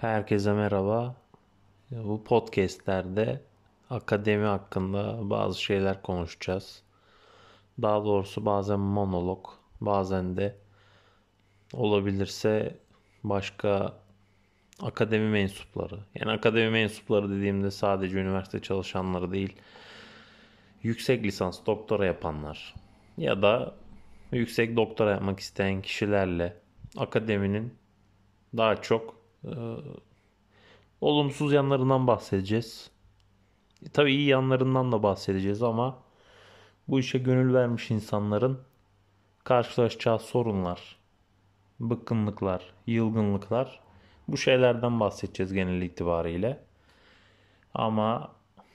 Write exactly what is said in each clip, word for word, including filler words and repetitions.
Herkese merhaba. Bu podcastlerde akademi hakkında bazı şeyler konuşacağız. Daha doğrusu bazen monolog, bazen de olabilirse başka akademi mensupları. Yani akademi mensupları dediğimde sadece üniversite çalışanları değil, yüksek lisans, doktora yapanlar ya da yüksek doktora yapmak isteyen kişilerle akademinin daha çok e, olumsuz yanlarından bahsedeceğiz. E, tabii iyi yanlarından da bahsedeceğiz ama bu işe gönül vermiş insanların karşılaşacağı sorunlar, bıkkınlıklar, yılgınlıklar, bu şeylerden bahsedeceğiz genel itibariyle. Ama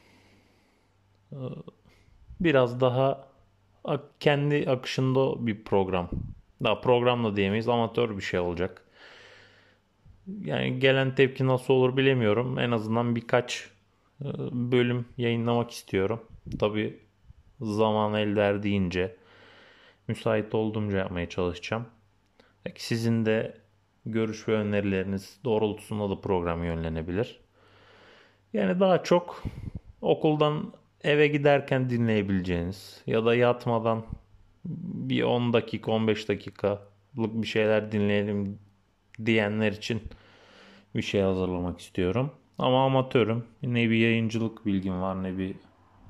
biraz daha kendi akışında bir program. Daha program da diyemeyiz, amatör bir şey olacak. Yani gelen tepki nasıl olur bilemiyorum. En azından birkaç e, bölüm yayınlamak istiyorum. Tabii zaman el verdiğince, müsait olduğumca yapmaya çalışacağım. Belki sizin de görüş ve önerileriniz doğrultusunda da program yönlenebilir. Yani daha çok okuldan eve giderken dinleyebileceğiniz ya da yatmadan bir on dakika on beş dakikalık bir şeyler dinleyelim diyenler için bir şey hazırlamak istiyorum. Ama amatörüm. Ne bir yayıncılık bilgim var ne bir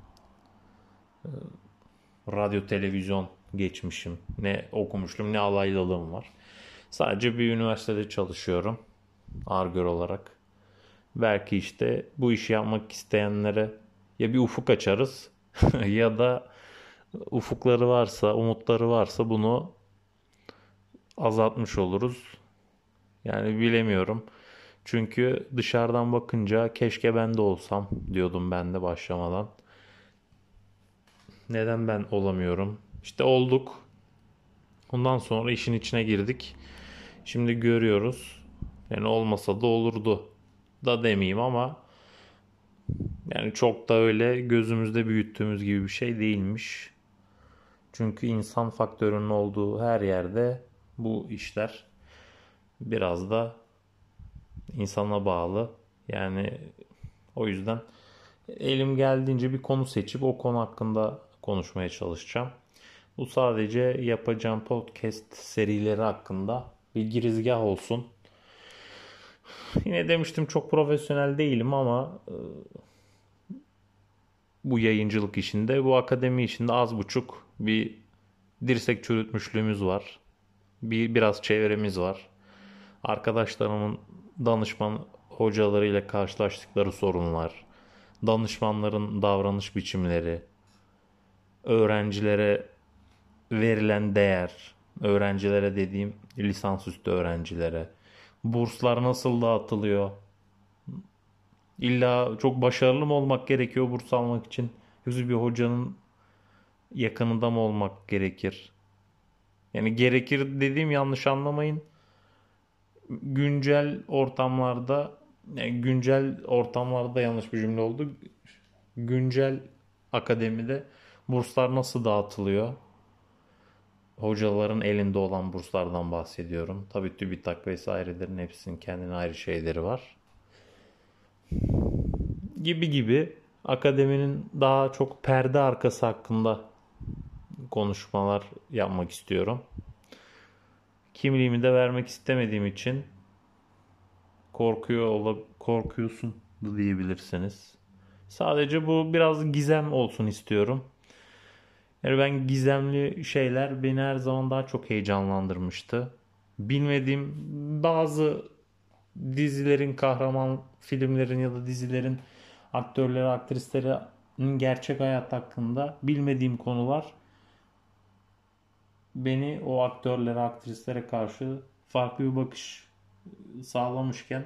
radyo televizyon geçmişim. Ne okumuşluğum ne alaylılığım var. Sadece bir üniversitede çalışıyorum. Argör olarak. Belki işte bu işi yapmak isteyenlere ya bir ufuk açarız ya da ufukları varsa, umutları varsa bunu azaltmış oluruz. Yani bilemiyorum. Çünkü dışarıdan bakınca keşke ben de olsam diyordum ben de başlamadan. Neden ben olamıyorum? İşte olduk. Ondan sonra işin içine girdik. Şimdi görüyoruz. Yani olmasa da olurdu da demeyeyim ama yani çok da öyle gözümüzde büyüttüğümüz gibi bir şey değilmiş. Çünkü insan faktörünün olduğu her yerde bu işler biraz da insana bağlı. Yani o yüzden elim geldiğince bir konu seçip o konu hakkında konuşmaya çalışacağım. Bu sadece yapacağım podcast serileri hakkında bir girizgah olsun. Yine demiştim çok profesyonel değilim ama e, bu yayıncılık işinde, bu akademi işinde az buçuk bir dirsek çürütmüşlüğümüz var. Bir biraz çevremiz var. Arkadaşlarımın danışman hocalarıyla karşılaştıkları sorunlar, danışmanların davranış biçimleri, öğrencilere verilen değer, öğrencilere dediğim lisansüstü öğrencilere, burslar nasıl dağıtılıyor? İlla çok başarılı mı olmak gerekiyor burs almak için? Yoksa bir hocanın yakınında mı olmak gerekir? Yani gerekir dediğim yanlış anlamayın. Güncel ortamlarda yani güncel ortamlarda yanlış bir cümle oldu. Güncel akademide burslar nasıl dağıtılıyor? Hocaların elinde olan burslardan bahsediyorum. Tabii TÜBİTAK vesairelerin hepsinin kendine ayrı şeyleri var. Gibi gibi akademinin daha çok perde arkası hakkında konuşmalar yapmak istiyorum. Kimliğimi de vermek istemediğim için korkuyor korkuyorsun da diyebilirsiniz. Sadece bu biraz gizem olsun istiyorum. Yani ben gizemli şeyler beni her zaman daha çok heyecanlandırmıştı. Bilmediğim bazı dizilerin, kahraman filmlerin ya da dizilerin aktörleri, aktrislerinin gerçek hayat hakkında bilmediğim konular beni o aktörlere, aktrislere karşı farklı bir bakış sağlamışken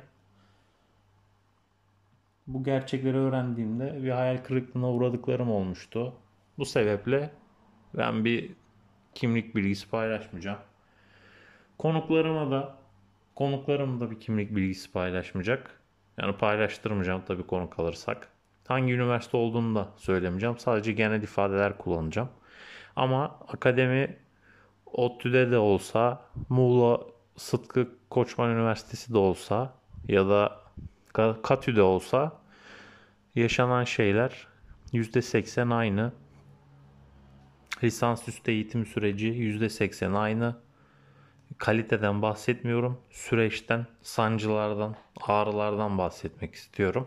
bu gerçekleri öğrendiğimde bir hayal kırıklığına uğradıklarım olmuştu. Bu sebeple ben bir kimlik bilgisi paylaşmayacağım. Konuklarıma da konuklarım da bir kimlik bilgisi paylaşmayacak. Yani paylaştırmayacağım tabii konuk alırsak. Hangi üniversite olduğunu da söylemeyeceğim. Sadece genel ifadeler kullanacağım. Ama akademi ODTÜ'de de olsa, Muğla Sıtkı Koçman Üniversitesi de olsa ya da Katü'de olsa yaşanan şeyler yüzde seksen aynı. Lisansüstü eğitim süreci yüzde seksen aynı. Kaliteden bahsetmiyorum. Süreçten, sancılardan, ağrılardan bahsetmek istiyorum.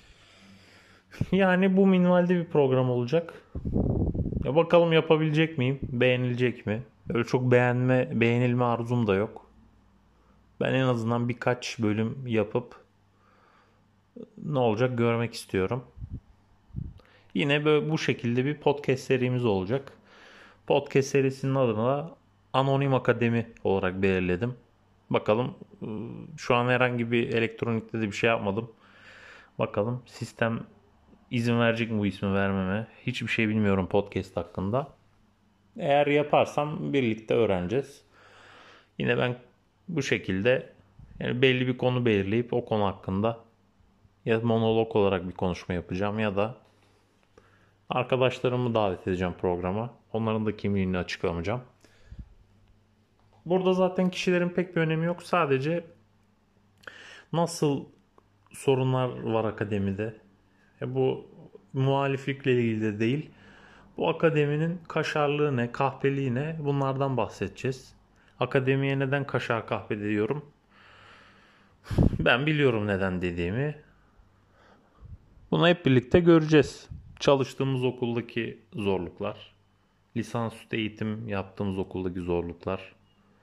Yani bu minvalde bir program olacak. Ya bakalım yapabilecek miyim? Beğenilecek mi? Öyle çok beğenme, beğenilme arzum da yok. Ben en azından birkaç bölüm yapıp ne olacak görmek istiyorum. Yine böyle bu şekilde bir podcast serimiz olacak. Podcast serisinin adını da Anonim Akademi olarak belirledim. Bakalım, şu an herhangi bir elektronikte de bir şey yapmadım. Bakalım sistem izin verecek mi bu ismi vermeme? Hiçbir şey bilmiyorum podcast hakkında. Eğer yaparsam birlikte öğreneceğiz. Yine ben bu şekilde yani belli bir konu belirleyip o konu hakkında ya monolog olarak bir konuşma yapacağım ya da arkadaşlarımı davet edeceğim programa. Onların da kimliğini açıklamayacağım. Burada zaten kişilerin pek bir önemi yok. Sadece nasıl sorunlar var akademide. E bu muhaliflikle ilgili de değil. Bu akademinin kaşarlığı ne, kahpeliği ne, bunlardan bahsedeceğiz. Akademiye neden kaşar kahpe diyorum? Ben biliyorum neden dediğimi. Bunu hep birlikte göreceğiz. Çalıştığımız okuldaki zorluklar, lisansüstü eğitim yaptığımız okuldaki zorluklar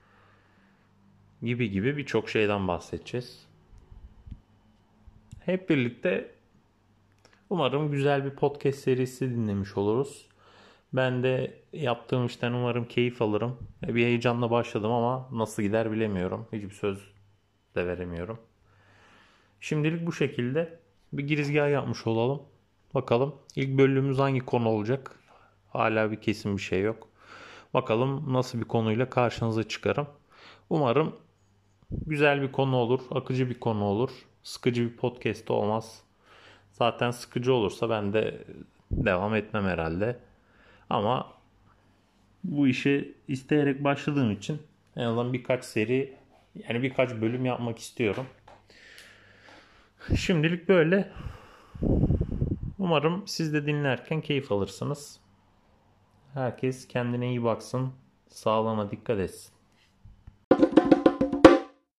gibi gibi birçok şeyden bahsedeceğiz. Hep birlikte umarım güzel bir podcast serisi dinlemiş oluruz. Ben de yaptığım işten umarım keyif alırım. Bir heyecanla başladım ama nasıl gider bilemiyorum. Hiçbir söz de veremiyorum. Şimdilik bu şekilde bir girizgah yapmış olalım. Bakalım ilk bölümümüz hangi konu olacak? Hala bir kesin bir şey yok. Bakalım nasıl bir konuyla karşınıza çıkarım. Umarım güzel bir konu olur, akıcı bir konu olur. Sıkıcı bir podcast olmaz. Zaten sıkıcı olursa ben de devam etmem herhalde. Ama bu işi isteyerek başladığım için en azından birkaç seri, yani birkaç bölüm yapmak istiyorum. Şimdilik böyle. Umarım siz de dinlerken keyif alırsınız. Herkes kendine iyi baksın. Sağlığına dikkat etsin.